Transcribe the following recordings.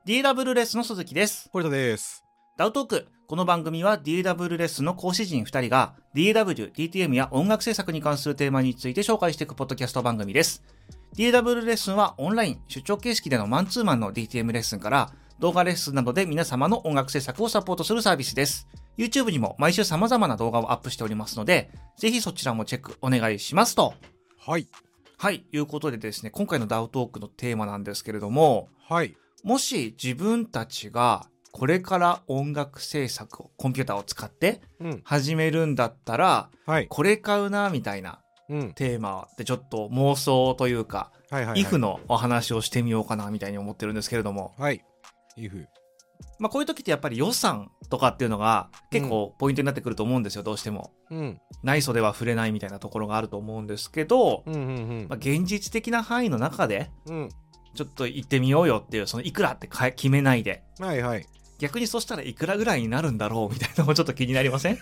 DW レッスンの鈴木です。 堀田です。 ダウトーク。この番組は DW レッスンの講師陣2人が DAW、DTM や音楽制作に関するテーマについて紹介していくポッドキャスト番組です。DW レッスンはオンライン、出張形式でのマンツーマンの DTM レッスンから動画レッスンなどで皆様の音楽制作をサポートするサービスです。YouTube にも毎週様々な動画をアップしておりますので、ぜひそちらもチェックお願いしますと。 はい。 はい、いうことでですね、今回のダウトークのテーマなんですけれども、 はい。 もし自分たちがこれから音楽制作をコンピューターを使って始めるんだったら、 はい。 これ買うなみたいなテーマでちょっと妄想というか、if のお話をしてみようかなみたいに思ってるんですけれども、 はい。if。 こういう時ってやっぱり予算とかっていうのが結構ポイントになってくると思うんですよ、どうしても。内緒では触れないみたいなところがあると思うんですけど、現実的な範囲の中で、ちょっと行ってみようよっていう、そのいくらって決めないで。 はいはい。 逆にそしたらいくらぐらいになるんだろうみたいなのもちょっと気になりません？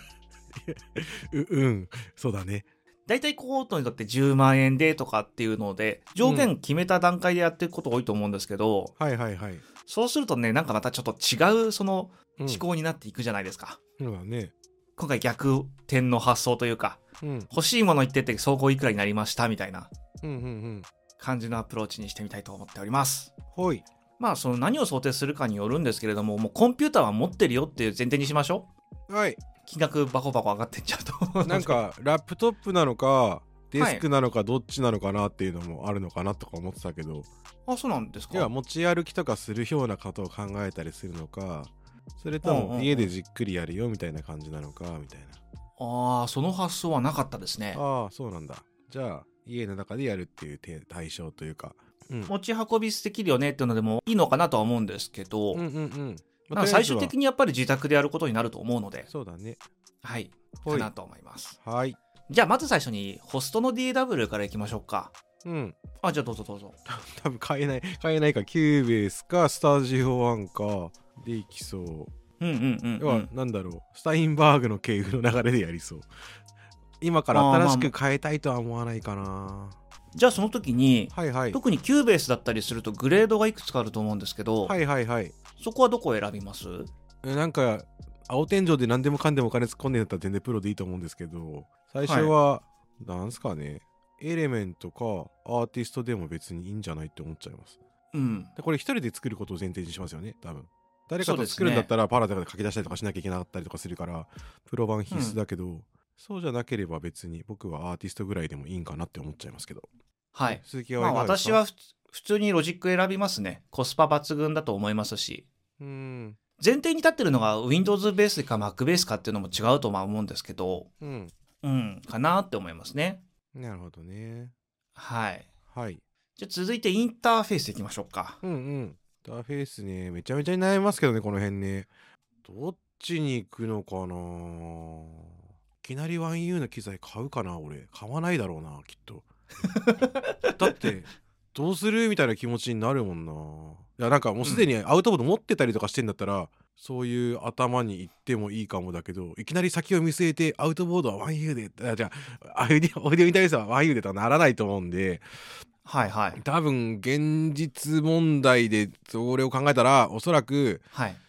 そうだね。 だいたいコートにとって10万円でとかっていうので、上限決めた段階でやっていくこと多いと思うんですけど、 はいはいはい。 そうするとね、なんかまたちょっと違うその思考になっていくじゃないですか。 そうだね。 今回逆転の発想というか、欲しいもの言ってて総合いくらになりましたみたいな感じのアプローチにしてみたいと思っております。 はい。 その何を想定するかによるんですけれども、もうコンピューターは持ってるよっていう前提にしましょう。はい。 金額バコバコ上がってっちゃうとなんかラップトップなのかデスクなのかどっちなのかなっていうのもあるのかなとか思ってたけど、 そうなんですか。 いや、持ち歩きとかするようなことを考えたりするのか、それとも家でじっくりやるよみたいな感じなのかみたいな。その発想はなかったですね。 そうなんだ。じゃあ家の中でやるっていう対象というか、 持ち運びできるよねっていうのでもいいのかなとは思うんですけど、最終的にやっぱり自宅でやることになると思うので、 そうだね。 はい、かなと思います。 はい。 じゃあまず最初にホストの DAW からいきましょうか。じゃあどうぞ。 多分買えないか、キューベースかスタジオワンかでいきそう。なんだろう、スタインバーグの系譜の流れでやりそう。今から新しく変えたいとは思わないかな。 じゃあその時に、特にキューベースだったりするとグレードがいくつかあると思うんですけど、そこはどこを選びます？ なんか青天井で何でもかんでもお金突っ込んでんだったら全然プロでいいと思うんですけど、最初は、なんすかね、エレメントかアーティストでも別にいいんじゃないって思っちゃいます。でこれ一人で作ることを前提にしますよね、多分。誰かと作るんだったらパラダで書き出したりとかしなきゃいけなかったりとかするからプロ版必須だけど、そうじゃなければ別に僕はアーティストぐらいでもいいんかなって思っちゃいますけど。 はい。 鈴木はいかがですか？ 私は普通にロジック選びますね。コスパ抜群だと思いますし。前提に立ってるのが Windows ベースか Mac ベースかっていうのも違うとは思うんですけど、かなって思いますね。 なるほどね。 はい。 はい。 じゃあ続いてインターフェースいきましょうか。 インターフェースね、めちゃめちゃに悩みますけどね、この辺ね。どっちに行くのかな。いきなり 1U の機材買うかな。俺買わないだろうな、きっと。だってどうするみたいな気持ちになるもんな。いや、なんかもうすでにアウトボード持ってたりとかしてんだったら、そういう頭に行ってもいいかもだけど、いきなり先を見据えてアウトボードは 1U で、じゃあオーディオインターフェースは 1U でとはならないと思うんで、多分現実問題でそれを考えたら、おそらく、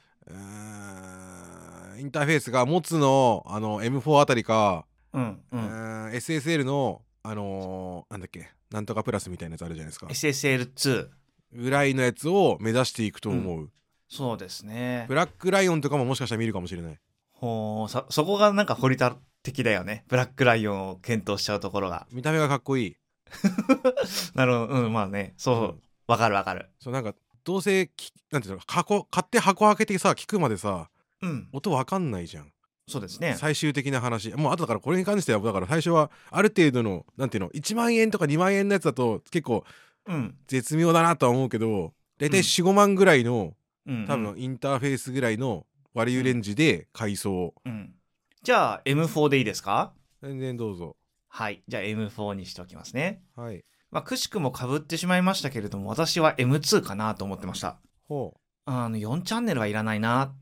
インターフェースが持つのM4 あたりか、SSL のなんだっけ、なんとかプラスみたいなやつあるじゃないですか。 SSL2 ぐらいのやつを目指していくと思う。 そうですね。 ブラックライオンとかももしかしたら見るかもしれない。 そこがなんか堀田的だよね。ブラックライオンを検討しちゃうところが。 見た目がかっこいい。 なるほど。まあね、そうわかる。 そう、なんかどうせなんていうの、買って箱開けてさ聞くまでさ、音わかんないじゃん。 そうですね。 最終的な話、もうあとだからこれに関してはだから最初はある程度のなんていうの、1万円とか2万円のやつだと結構絶妙だなとは思うけど、だいたい 4,5 万ぐらいの多分インターフェースぐらいのバリューレンジで買いそう。 じゃあ M4 でいいですか？ 全然どうぞ。 はい、じゃあ M4 にしておきますね。 はい。 くしくも被ってしまいましたけれども、私は M2 かなと思ってました。4チャンネルはいらないなって。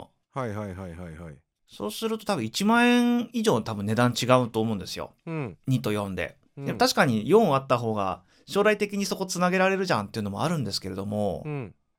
そうすると多分1万円以上多分値段違うと思うんですよ。2と4で。でも確かに4あった方が将来的にそこつなげられるじゃんっていうのもあるんですけれども、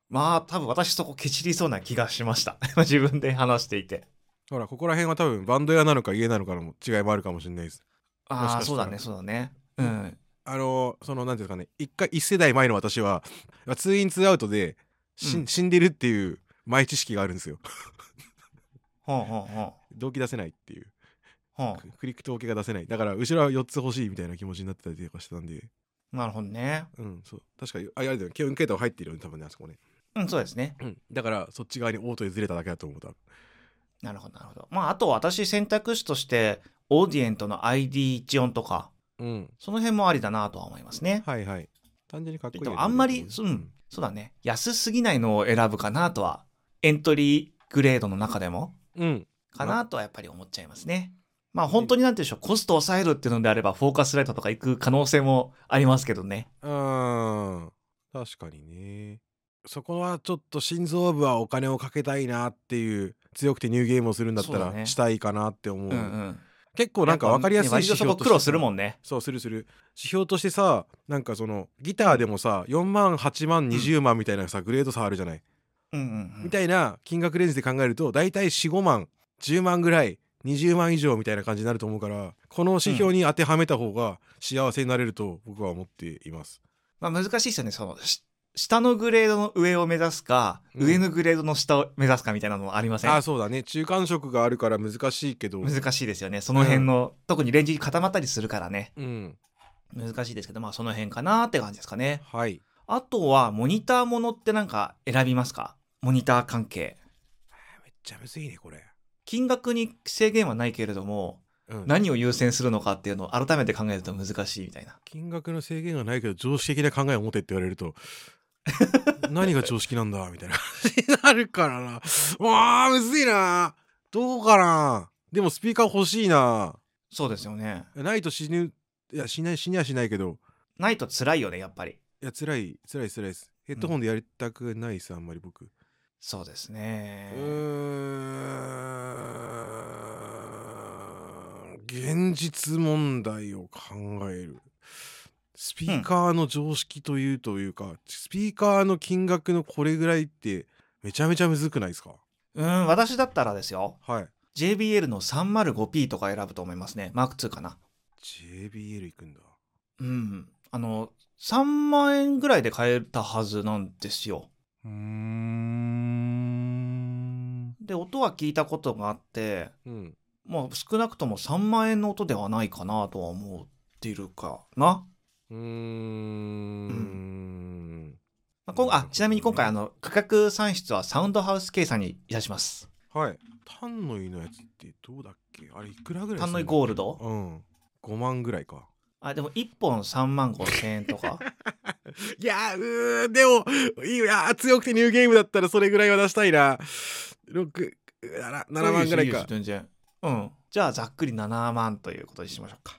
まあ多分私そこケチりそうな気がしました自分で話していて。 ほらここら辺は多分バンド屋なのか家なのかの違いもあるかもしれないです。もしああ、 かしたらそうだね、そうだね。うん。 そのなんていうんですかね、一世代前の私はツーインツーアウトでうん。 死んでるっていう前知識があるんですよ。 ほんほんほん。 動機出せないっていう、 ほん。 クリック統計が出せない、だから後ろは4つ欲しいみたいな気持ちになってたりとかしてたんで、 なるほどね。 そう確かにあれだよね、基本形態は入ってるよね多分ね、あそこね。 うん、そうですね。 だからそっち側にオートでずれただけだと思う、多分。 なるほど、なるほど。まあ、あと私選択肢として、オーディエントの ID14 とか、その辺もありだなとは思いますね。 はいはい。単純にかっこいいよね。 あんまり、そうだね。安すぎないのを選ぶかなとは、エントリーグレードの中でも、かなとはやっぱり思っちゃいますね。まあ本当になんていうんでしょう、コストを抑えるっていうのであれば、フォーカスライトとか行く可能性もありますけどね。 確かにね。そこはちょっと心臓部はお金をかけたいなっていう、強くてニューゲームをするんだったらね、 したいかなって思う。 うんうん。 結構なんか分かりやすい指標としてさ、 割とそこ苦労するもんね。 そうする指標としてさ、なんかそのギターでもさ、4万8万20万みたいなさ、グレード差あるじゃない、みたいな金額レンジで考えるとだいたい4、5万10万ぐらい、20万以上みたいな感じになると思うから、この指標に当てはめた方が幸せになれると僕は思っています。 まあ難しいですよね。その下のグレードの上を目指すか、上のグレードの下を目指すかみたいなのもありません？ そうだね、中間色があるから難しいけど、 難しいですよね。その辺の、特にレンジ固まったりするからね。難しいですけど、まあその辺かなって感じですかね。 はい。 あとはモニターものってなんか選びますか？モニター関係。 めっちゃむずいねこれ。 金額に制限はないけれども、何を優先するのかっていうのを改めて考えると難しいみたいな。 金額の制限がないけど常識的な考えを持てって言われると何が常識なんだみたいな感じになるからな。わあむずいな。どうかな。でもスピーカー欲しいな。 そうですよね。 ないと死ぬ。いや死にはしないけど、 ないと辛いよねやっぱり。 いや辛いです。ヘッドホンでやりたくないです、あんまり僕。 そうですね。 現実問題を考える。スピーカーの常識というか、スピーカーの金額のこれぐらいってめちゃめちゃむずくないですか？ 私だったらですよ。 はい。 JBL の 305P とか選ぶと思いますね。マーク2かな。 JBL 行くんだ。 3万円ぐらいで買えたはずなんですよ。で、音は聞いたことがあって、まあ少なくとも3万円の音ではないかなとは思っているかな。ちなみに今回価格算出はサウンドハウス計算にいたします。 はい。丹野井のやつってどうだっけ？あれいくらぐらいするの？ 丹野井ゴールド ？5万ぐらいか。 でも1本3万5千円とかいやでもいや強くてニューゲームだったらそれぐらいは出したいな。7万ぐらいか。 全然。じゃあざっくり7万ということにしましょうか。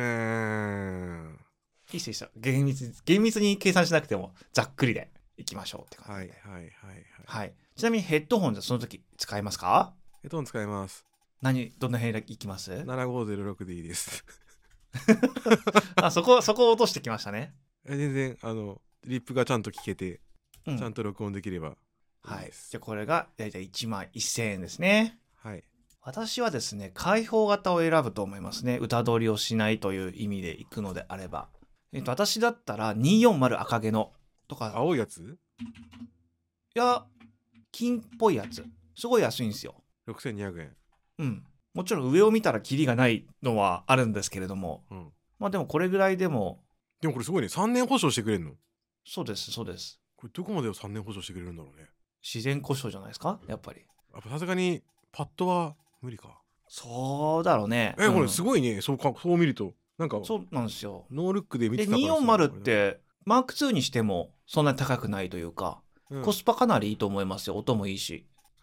いいっすよ。厳密に計算しなくてもざっくりでいきましょうって感じで。はい。ちなみにヘッドホンでその時使いますか？ ヘッドホン使います。 どの辺いきます？ 7506 でいいですそこを落としてきましたね。 全然リップがちゃんと聞けて、ちゃんと録音できればいいです。 じゃあこれがだいたい1万1000円ですね。 はい。 私はですね、開放型を選ぶと思いますね。歌取りをしないという意味でいくのであれば。私だったら240赤毛のとか。 青いやつ？ いや、金っぽいやつ。すごい安いんですよ。 6200円。 もちろん上を見たらキリがないのはあるんですけれども。まあでもこれぐらいでも。 でもこれすごいね。3年保証してくれるの？ そうです、そうです。 これどこまで3年保証してくれるんだろうね。 自然故障じゃないですか、やっぱり。 さすがにパッドは無理か。 そうだろうね。 これすごいね。そう見るとなんかそうなんですよ。 ノールックで見てたからで240ってマーク2にしてもそんなに高くないというか、コスパかなりいいと思いますよ。音もいいし。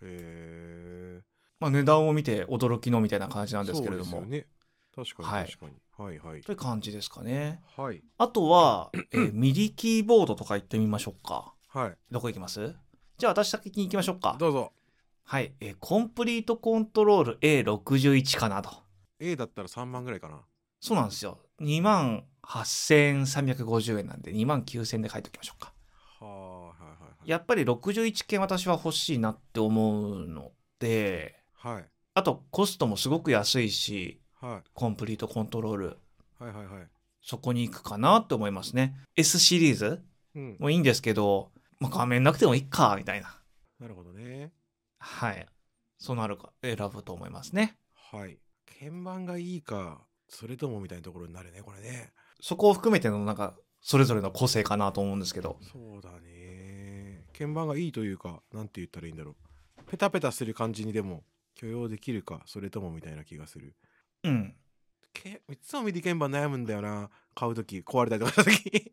値段を見て驚きのみたいな感じなんですけれども。 そうですよね。確かに。 という感じですかね。 はい。 あとは、ミディキーボードとか行ってみましょうか。 はい。 どこ行きます？じゃあ私先に行きましょうか。 どうぞ。 はい。コンプリートコントロール A61 かなと。 A だったら3万ぐらいかな。 そうなんですよ。28,350円なんで2万9,000円で書いておきましょうか。 やっぱり61件私は欲しいなって思うので、 はいあとコストもすごく安いし、 はコンプリートコントロール、 いはいはいはい。 そこに行くかなって思いますね。S シリーズうん。 もいいんですけど、まあ、画面なくてもいいかみたいな。 なるほどね。 はい。そうなるか選ぶと思いますね。 はい。鍵盤がいいか、それともみたいなところになるね、これね。 そこを含めてのなんかそれぞれの個性かなと思うんですけど。 そうだね。鍵盤がいいというか、なんて言ったらいいんだろう。ペタペタする感じにでも許容できるか、それともみたいな気がする。 うん。 いつもミディ鍵盤悩むんだよな。買うとき、壊れたりとかしたとき。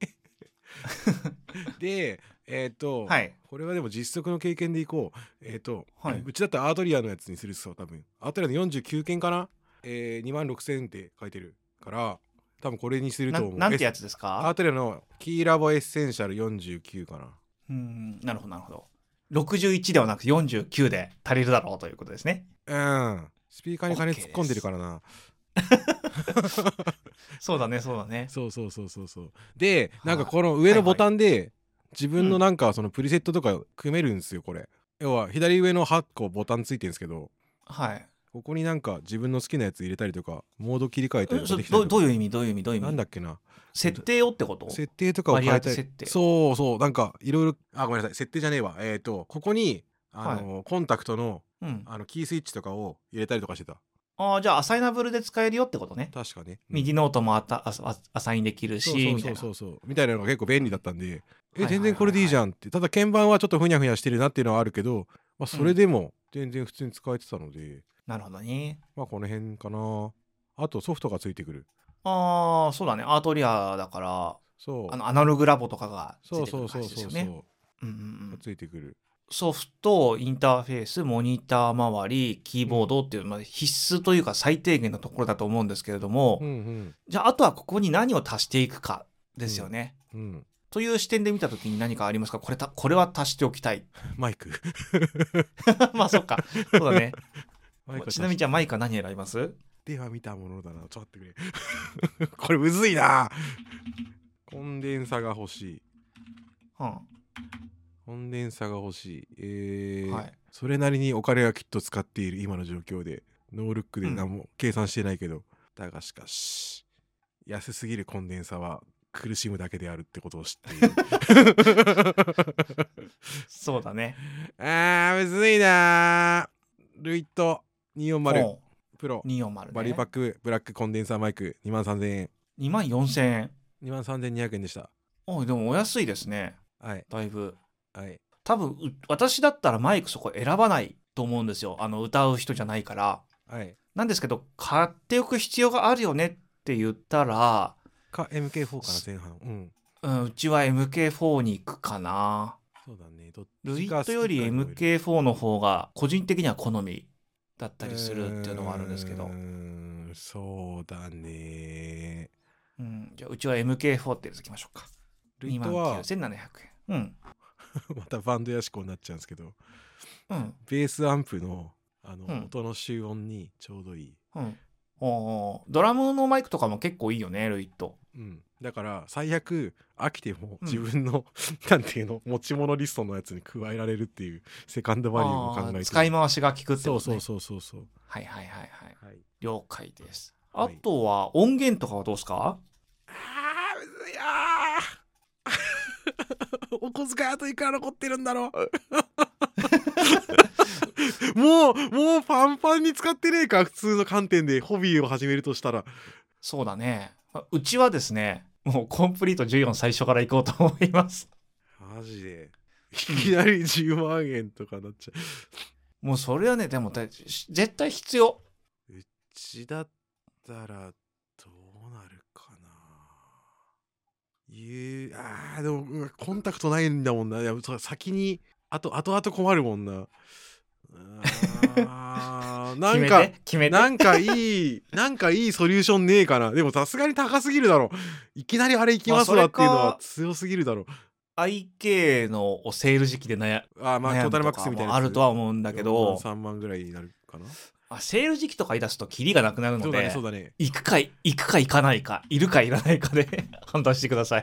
で、 はい。 これはでも実測の経験でいこう。 はい。 うちだったらアートリアのやつにするっすよ、多分。アートリアの49件かな、26,000って書いてるから、多分これにすると思う。 なんてやつですアーか？ トリアのキーラボエッセンシャル49かな。 なるほどなるほど。61ではなく49で足りるだろうということですね。 うん。スピーカーに金 OK 突っ込んでるからな。 そうだねそうだね。 そうそうそうそうそう。で、なんかはいこの上のボタンで、自分のうんなんかそのプリセットとか組めるんですよ、これ。要は左上の8個ボタンついてるんですけど、 はい。 ここになんか自分の好きなやつ入れたりとか、モード切り替えたりとかできたりとか。 どういう意味どういう意味どういう意味なんだっけな。 設定をってこと？ 設定とかを変えたり割り当て設。定。 そうそう、なんかいろいろ、あ、ごめんなさい、設定じゃねえわ。ここに、 はコンタクトの、 うん。 キースイッチとかを入れたりとかしてた。 ああ、じゃあアサイナブルで使えるよってことね。 確かね。 右ノートもアサインできるし、 そうそうみたいうな。 そそうそう。みたいなのが結構便利だったんで、 はいはいはいはい全然これでいいじゃんって。ただ鍵盤はちょっとふにゃふにゃしてるなっていうのはあるけど、まあそれでも全然普通に使えてたので、 なるほどね。 まあこの辺かな。あとソフトがついてくる。 ああ、そうだね。アートリアだから、 そう。 アナログラボとかがつそういてくるそうそうそう感じですよね。 そう。 うんうんうん。 ついてくる。 ソフト、インターフェース、モニター周り、キーボードっていう、まあ、必須というか最低限のところだと思うんですけれども、 うんうんじゃああとはここに何を足していくかですよね。 うん。 という視点で見たときに何かありますか？これは足しておきたい。 マイク。 まあそっか。そうだね。 マイクはちなみにじゃあマイクは何選びます？ では見たものだな。ちょっと待ってくれ。これむずいな。コンデンサが欲しい。 うんコンデンサが欲しい。 はいそれなりにお金はきっと使っている今の状況で、ノールックで何も計算してないけど、だがしかし、安すぎるコンデンサは苦しむだけであるってことを知っている。 そうだね。 むずいな。ルイット240 おプロ、 240ね。 バリューパックブラックコンデンサーマイク23,000円。 24,000円。 23,200円でした。 でもお安いですね。 はいだいぶ。 はい。 多分私だったらマイクそこ選ばないと思うんですよ。歌う人じゃないから。 はい。 なんですけど、買っておく必要があるよねって言ったら、 か MK4 かな前半。 うちは MK4 に行くかな。 そうだね。 ルイットより MK4 の方が個人的には好みだったりするっていうのはあるんですけど。 そうだね。 じゃあうちは MK4 って入れときましょうか。 ルイットは 29,700円。 またバンドやしこになっちゃうんですけど、 ベースアンプの音の集音にちょうどいい。 ドラムのマイクとかも結構いいよね、ルイット。 だから最悪飽きても自分の、なんていうの、持ち物リストのやつに加えられるっていうセカンドバリューも考えて使い回しが効くってことね。 そう。 はい。了解です。あとは音源とかはどうですか？ むずいお小遣いあといくら残ってるんだろう。もうパンパンに使ってねえか、普通の観点でホビーを始めるとしたら。 そうだね。うちはですね、もうコンプリート14最初から行こうと思います。 マジでいきなり10万円とかなっちゃう。もうそれはね、でも絶対必要。 うちだったらどうなるかな。でもコンタクトないんだもんな。いや先に後々困るもんな。 決めてなんかいいソリューションねえかな。でもさすがに高すぎるだろ。いきなりあれ行きますわっていうのは強すぎるだろ。 IK のセール時期で悩むトータルマックスみたいなあるとは思うんだけど、 3万ぐらいになるかな。 セール時期とか言い出すとキリがなくなるので、 そうだね。 行くか行かないか、いるかいらないかで判断してください。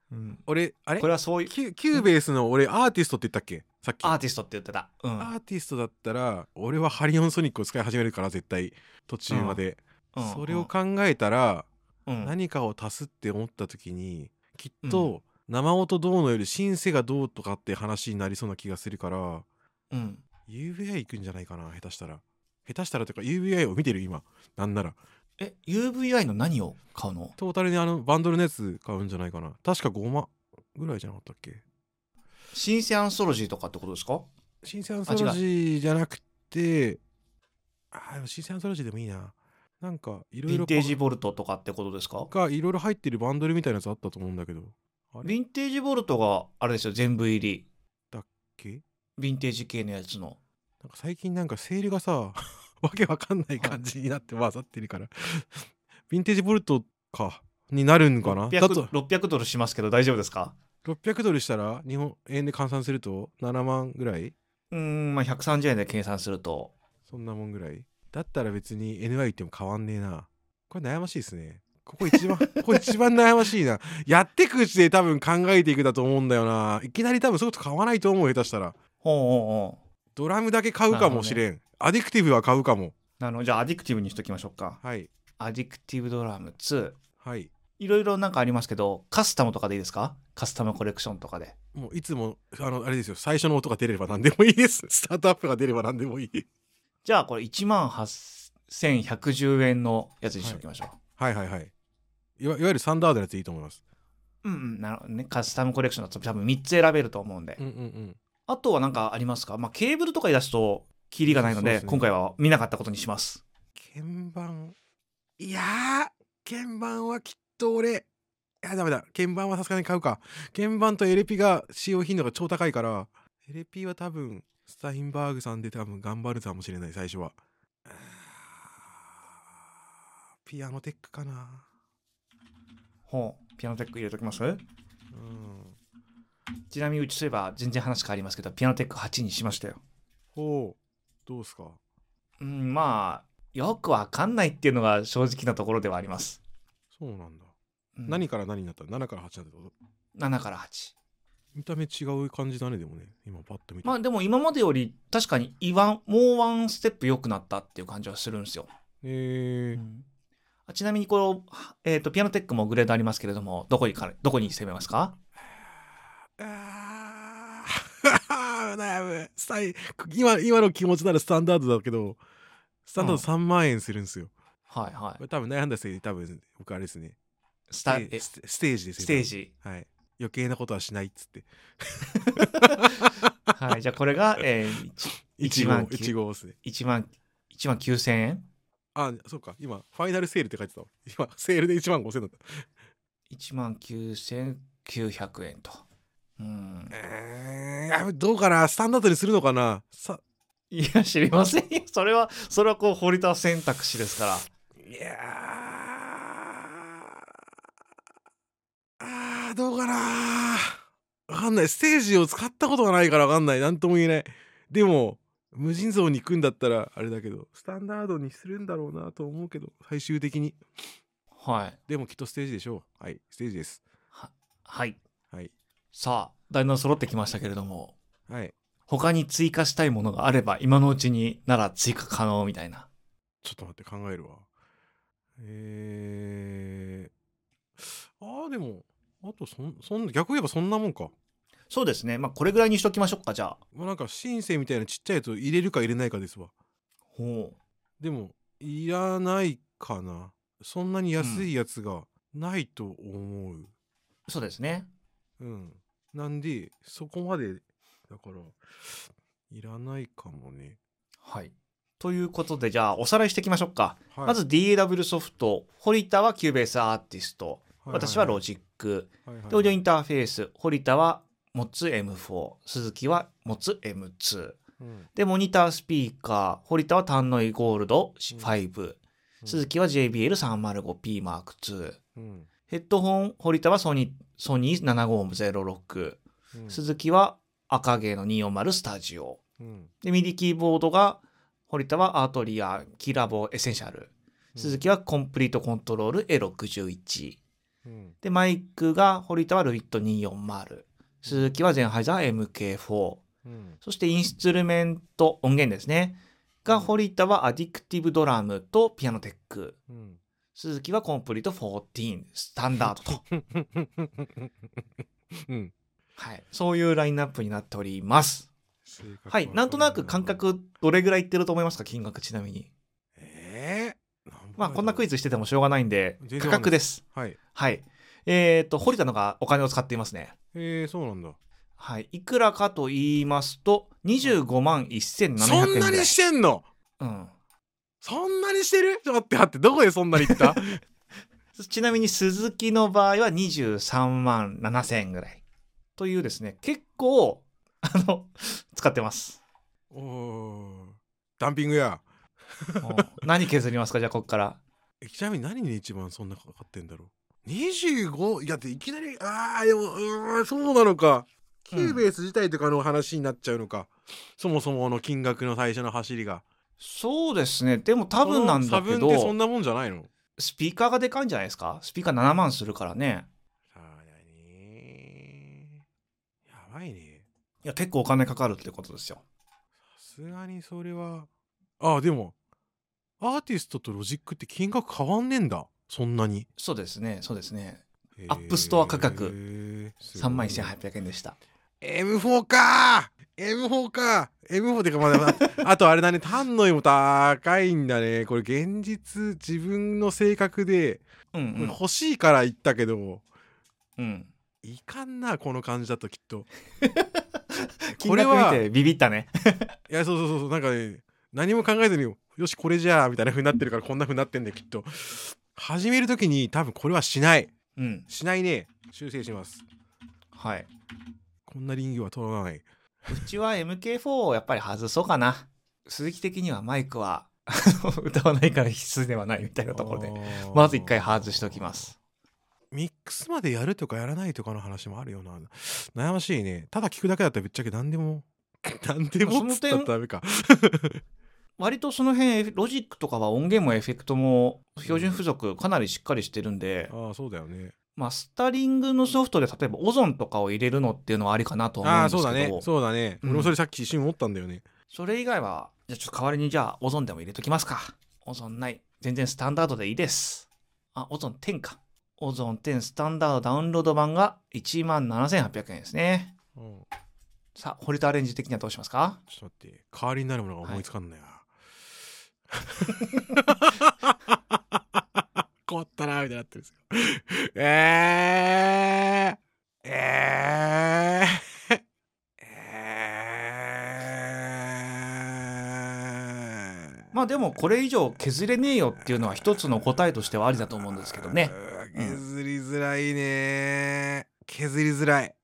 うん、 俺あれこれはそういうキューベースの俺アーティストって言ったっけさっき。 アーティストって言ってた。うん。 アーティストだったら俺はハリオンソニックを使い始めるから絶対途中まで、 うん。 それを考えたら、 うん。 何かを足すって思った時にきっうん。 と生音どうのよりシンセがどうとかって話になりそうな気がするから、 うん。 UVI 行くんじゃないかな。下手したらというか UVI を見てる今。なんなら UVI の何を買うの？ トータルにバンドルのやつ買うんじゃないかな。確か5万ぐらいじゃなかったっけ。 シンセアンソロジーとかってことですか？ シンセアンソロジーじゃなくて、でもシンセアンソロジーでもいいな。なんかいろいろヴィンテージボルトとかってことですか？ がいろいろ入ってるバンドルみたいなやつあったと思うんだけど、あれヴィンテージボルトがあれですよ、全部入り。 だっけ。 ヴィンテージ系のやつの。 なんか最近なんかセールがさわけわかんない感じになって混ざってるからヴィンテージボルトかになるんかな。だと 600ドルしますけど大丈夫ですか 600ドルしたら日本円で換算すると7万ぐらい。 まあ130円で計算すると。 そんなもんぐらいだったら別に NY 行っても変わんねえな。これ悩ましいですね。ここ一番悩ましいな。やってくうちで多分考えていくだと思うんだよな。いきなり多分そういうこと買わないと思う。下手したらほうほうほう。 ドラムだけ買うかもしれん、ね、アディクティブは買うかも。 じゃあアディクティブにしときましょうか。 はい。 アディクティブドラム2。 はい。 いろいろなんかありますけど、カスタムとかでいいですか？カスタムコレクションとかで。 もういつもあれですよ、最初の音が出れば何でもいいです。スタートアップが出れば何でもいい。 じゃあこれ18,110円のやつにしておきましょう。 はいはいはい。いわゆるサンダードのやついいと思います。 なるほどね。カスタムコレクションだと多分3つ選べると思うんで。 うんうんうん。 あとは何かありますか？まあケーブルとか出すとキリがないので、今回は見なかったことにします。 鍵盤、いやー鍵盤はきっと俺ダメだ。鍵盤はさすがに買うか。鍵盤とエレピが使用頻度が超高いから、エレピは多分スタインバーグさんで多分頑張るかもしれない。最初はピアノテックかな。 ピアノテック入れときます？ちなみにうちそういえば全然話変わりますけど、ピアノテック8にしましたよ。 どうすか？ まあよくわかんないっていうのが正直なところではあります。 そうなんだ。何から何になった？ 7 から8なんてこと？ 7から8。 見た目違う感じだね。でもね、今パッと見て。 まあでも今までより確かにもうワンステップ良くなったっていう感じはするんですよ。ちなみにこの、ピアノテックもグレードありますけれども、どこに攻めますか？ 悩む。今の気持ちならスタンダードだけど、スタンダード3万円するんですよ。 はいはい。 これ多分悩んだせいで、多分僕あれですね。ステージですね。 ステージ。 はい。余計なことはしないっつって。 はい。じゃあこれが、1万ですね。 1万9000円。 そうか。今ファイナルセールって書いてたわ。今セールで1万5000だった。 19,900円と。 どうかな。スタンダードにするのかな。 いや知りませんよ。それはこう堀田選択肢ですから。 いやどうかな。わかんない。ステージを使ったことがないからわかんない。なんとも言えない。でも無尽蔵に行くんだったらあれだけど、スタンダードにするんだろうなと思うけど、最終的に。 はい。 でもきっとステージでしょう。はい、ステージです。 はい。 はい。 さあ、だんだん揃ってきましたけれども。 はい。 他に追加したいものがあれば今のうちになら追加可能みたいな。 ちょっと待って考えるわ。でもあとそんな逆言えばそんなもんか。 そうですね。まあこれぐらいにしときましょうか。じゃあなんかシンセみたいなちっちゃいやつを入れるか入れないかですわ。でもいらないかな。そんなに安いやつがないと思う。 そうですね。 なんでそこまでだからいらないかもね。 はい。ということでじゃあおさらいしていきましょうか。まず DAW ソフト、堀田はキューベースアーティスト、私はロジック、でオーディオインターフェース、堀田は持つ M4、鈴木は持つ M2、でモニタースピーカー、堀田はタンノイゴールド5、鈴木は JBL305P M2、ヘッドホン、堀田はソニー7506、鈴木は赤毛の240スタジオ、でミディキーボードが堀田はアートリアキーラボエッセンシャル、鈴木はコンプリートコントロール A61、 うんで、マイクが、堀田はルイット240。鈴木はゼンハイザー MK4。 うんそしてインストゥルメント音源ですね。が、堀田はアディクティブドラムとピアノテック。 うん鈴木はコンプリート14、スタンダードと。 うん。 はい。そういうラインナップになっております。 性格はい。なんとなく感覚どれぐらいいってると思いますか、金額ちなみに。まあこんなクイズしててもしょうがないんで、価格です。 はい。 はい。堀田のがお金を使っていますね。 そうなんだ。 はい。いくらかと言いますと、25万1700円ぐらい。 そんなにしてんの？ うん。 そんなにしてる？ちょっと待って、どこでそんなにいった？ ちなみに鈴木の場合は23万7000円ぐらい。というですね、結構、使ってます。 おー、ダンピングや。 何削りますか、じゃあこっから。 ちなみに何に一番そんなかかってんだろう。25？ いやっていきなり、でもそうなのか。キューベース自体とかの話になっちゃうのか、そもそもの金額の最初の走りが。 そうですね。でも多分なんだけど、 差分ってそんなもんじゃないの？ スピーカーがでかいんじゃないですか。スピーカー7万するからね。 そうだね。やばいね。 いや、結構お金かかるってことですよ。 さすがにそれは。でもアーティストとロジックって金額変わんねえんだ、そんなに。 そうですね、そうですね。アップストア価格3万1800円でした。 M4 かー M4 か M4 ってかまだあとあれだね、単ノイも高いんだね。これ現実自分の性格で、これ欲しいから言ったけど、いかんな、この感じだときっと。 これは見てビビったね。 いや、そうなんかね、何も考えずによしこれじゃあみたいな風になってるから、こんな風になってんだよきっと。始める時に多分これはしない、しないね。修正します。 はい。 こんな林業は取らない。 うちは MK4 をやっぱり外そうかな。鈴木的にはマイクは歌わないから必須ではないみたいなところで、まず一回外しておきます。 ミックスまでやるとかやらないとかの話もあるよな。悩ましいね。ただ聞くだけだったらぶっちゃけ何でも何でもっつったらダメか。 割とその辺ロジックとかは音源もエフェクトも標準付属かなりしっかりしてるんで、 そうだよね。 まあスタリングのソフトで例えばオゾンとかを入れるのっていうのはありかなと思うんですけど、 そうだね。俺もそれさっき一瞬思ったんだよね。 それ以外はじゃあちょっと代わりにじゃあオゾンでも入れときますか。オゾンない、全然スタンダードでいいです。オゾン10か。オゾン10スタンダードダウンロード版が17,800円ですね。さあ、堀田アレンジ的にはどうしますか？ ちょっと待って、代わりになるものが思いつかんないな。困ったなみたいになってるんですよ。 まあでもこれ以上削れねえよっていうのは一つの答えとしてはありだと思うんですけどね。 削りづらいね。削りづらい。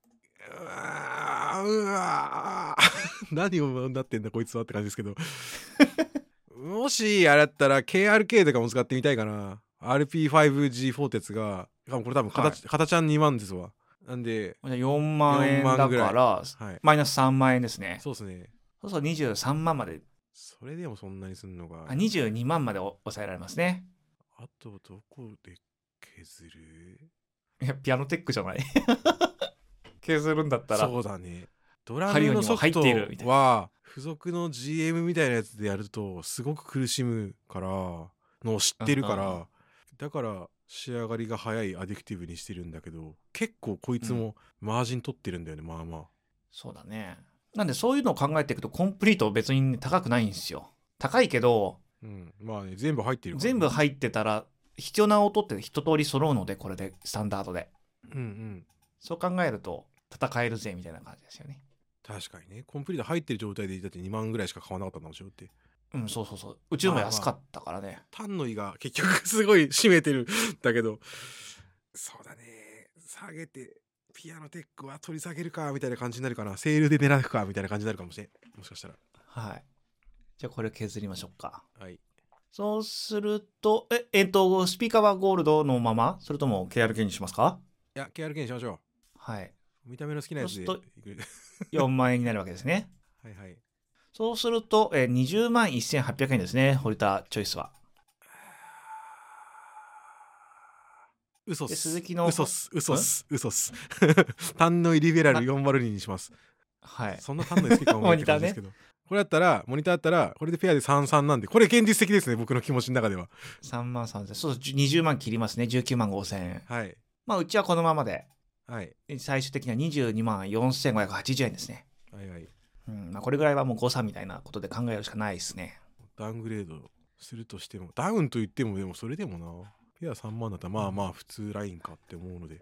何をなってんだこいつはって感じですけど。もしあれだったら KRK とかも使ってみたいかな。RP5G4 鉄がこれ多分型ちゃん2万ですわ。なんで 4万円だから、マイナス3万円ですね。 そうですね。 そうそう23万まで。 それでもそんなにすんのか。 22万まで抑えられますね。 あとどこで削る？ いやピアノテックじゃない削るんだったら。 そうだね。ドラムのソフトは付属の GM みたいなやつでやるとすごく苦しむからのを知ってるから、だから仕上がりが早いアディクティブにしてるんだけど、結構こいつもマージン取ってるんだよね。まあまあそうだね。なんでそういうのを考えていくとコンプリート別に高くないんですよ。高いけど、 まあね、全部入ってるから、 全部入ってたら必要な音って一通り揃うので、これでスタンダードでそう考えると戦えるぜみたいな感じですよね。 確かにね。コンプリート入ってる状態でだって2万ぐらいしか買わなかったんだもんしょって。 そううちのも安かったからね。 単の胃が結局すごい占めてるんだけど、そうだね、下げてピアノテックは取り下げるかみたいな感じになるかな。セールで狙うかみたいな感じになるかもしれん、もしかしたら。 はい。じゃあこれ削りましょうか。 はい。 そうするとスピーカーはゴールドのまま、それとも KRK にしますか？ いや KRK にしましょう。 はい。 見た目の好きなやつで 4万円になるわけですね。 はいはい。 そうすると、20万1800円ですね、堀田チョイスは。 嘘っです鈴木の嘘っす単のリベラル402にします。 はい。 そんな単の好きかもって感じですけどこれだったらモニターだったらこれでペアで33なんで、これ現実的ですね、僕の気持ちの中では。 3万3000、そう20万切りますね。19万5千円。 はい。 まあうちはこのままで、 はい。 最終的には22万4580円ですね。 はいはい。 まあ、これぐらいはもう誤差みたいなことで考えるしかないですね。 ダウングレードするとしても、ダウンと言ってもでもそれでもな、ペア3万だったらまあまあ普通ラインかって思うので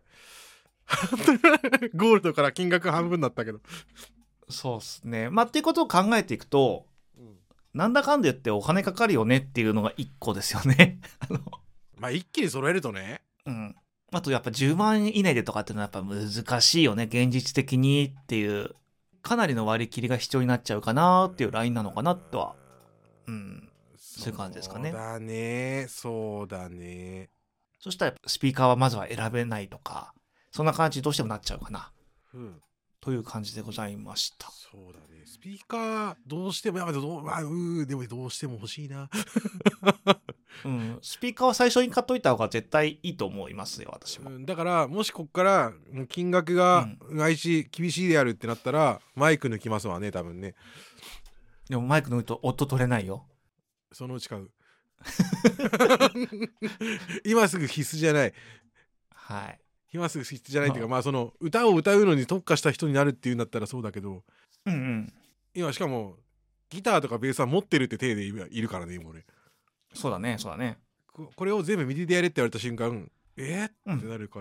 ゴールドから金額半分だったけどそうですね。まあっていうことを考えていくと、なんだかんだ言ってお金かかるよねっていうのが1個ですよねまあ一気に揃えるとね。 あとやっぱ10万以内でとかっていうのはやっぱ難しいよね、現実的にっていう。かなりの割り切りが必要になっちゃうかなっていうラインなのかなとは、そういう感じですかね。 そうだね。 そしたらスピーカーはまずは選べないとか、そんな感じどうしてもなっちゃうかな、という感じでございました。 そうだね。スピーカーどうしてもでもどうしても欲しいなスピーカーは最初に買っといた方が絶対いいと思いますよ、私も。 だからもしこっから金額が厳しいであるってなったらマイク抜きますわね、多分ね。 でもマイク抜くと音取れないよ。 そのうち買う今すぐ必須じゃない。 はい。 今すぐ必須じゃないっていうか、まあその歌を歌うのに特化した人になるっていうんだったらそうだけど、今しかもギターとかベースは持ってるって体でいるからね、今俺。 そうだね。 これを全部ミディでやれって言われた瞬間ってなるから、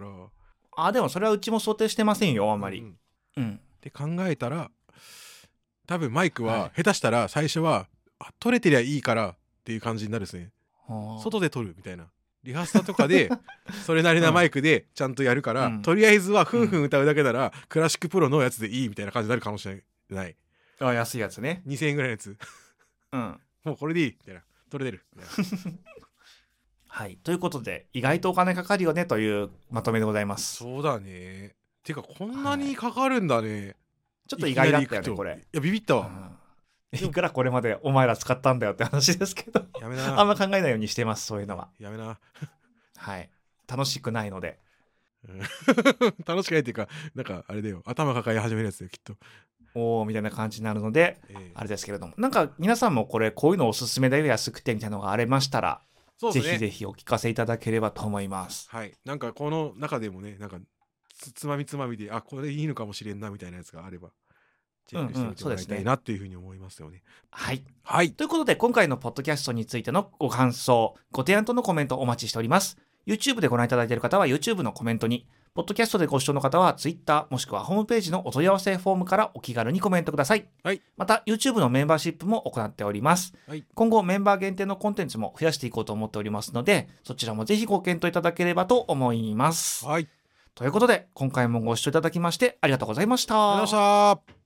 でもそれはうちも想定してませんよ、あんまり。 って考えたら多分マイクは下手したら最初は、撮れてりゃいいからっていう感じになるですね。外で撮るみたいな、リハーサルとかでそれなりなマイクでちゃんとやるから、とりあえずはふんふん歌うだけなら、クラシックプロのやつでいいみたいな感じになるかもしれない。 安いやつね、 2000円ぐらいのやつもうこれでいいみたいな、取れるみたいなはい、ということで意外とお金かかるよねというまとめでございます。 そうだね。てかこんなにかかるんだね、 ちょっと意外だったよねこれ。 いやビビったわ、 いくらこれまでお前ら使ったんだよって話ですけどやめなあんま考えないようにしてます、そういうのは。 やめなはい、楽しくないので楽しくないっていうか、なんかあれだよ、頭抱え始めるやつだよきっと。 おーみたいな感じになるので、あれですけれども、なんか皆さんもこういうのおすすめだよ、安くてみたいなのがありましたら、ぜひぜひお聞かせいただければと思います。 はい、なんかこの中でもね、なんかつまみつまみでこれいいのかもしれんなみたいなやつがあればチェックしてみてもらいたいなっていうふうに思いますよね。 はい、ということで今回のポッドキャストについてのご感想、ご提案とのコメントお待ちしております。 YouTube でご覧いただいている方は YouTube のコメントに、ポッドキャストでご視聴の方は Twitter もしくはホームページのお問い合わせフォームからお気軽にコメントください。また YouTube のメンバーシップも行っております。今後メンバー限定のコンテンツも増やしていこうと思っておりますので、そちらもぜひご検討いただければと思います。ということで今回もご視聴いただきましてありがとうございました。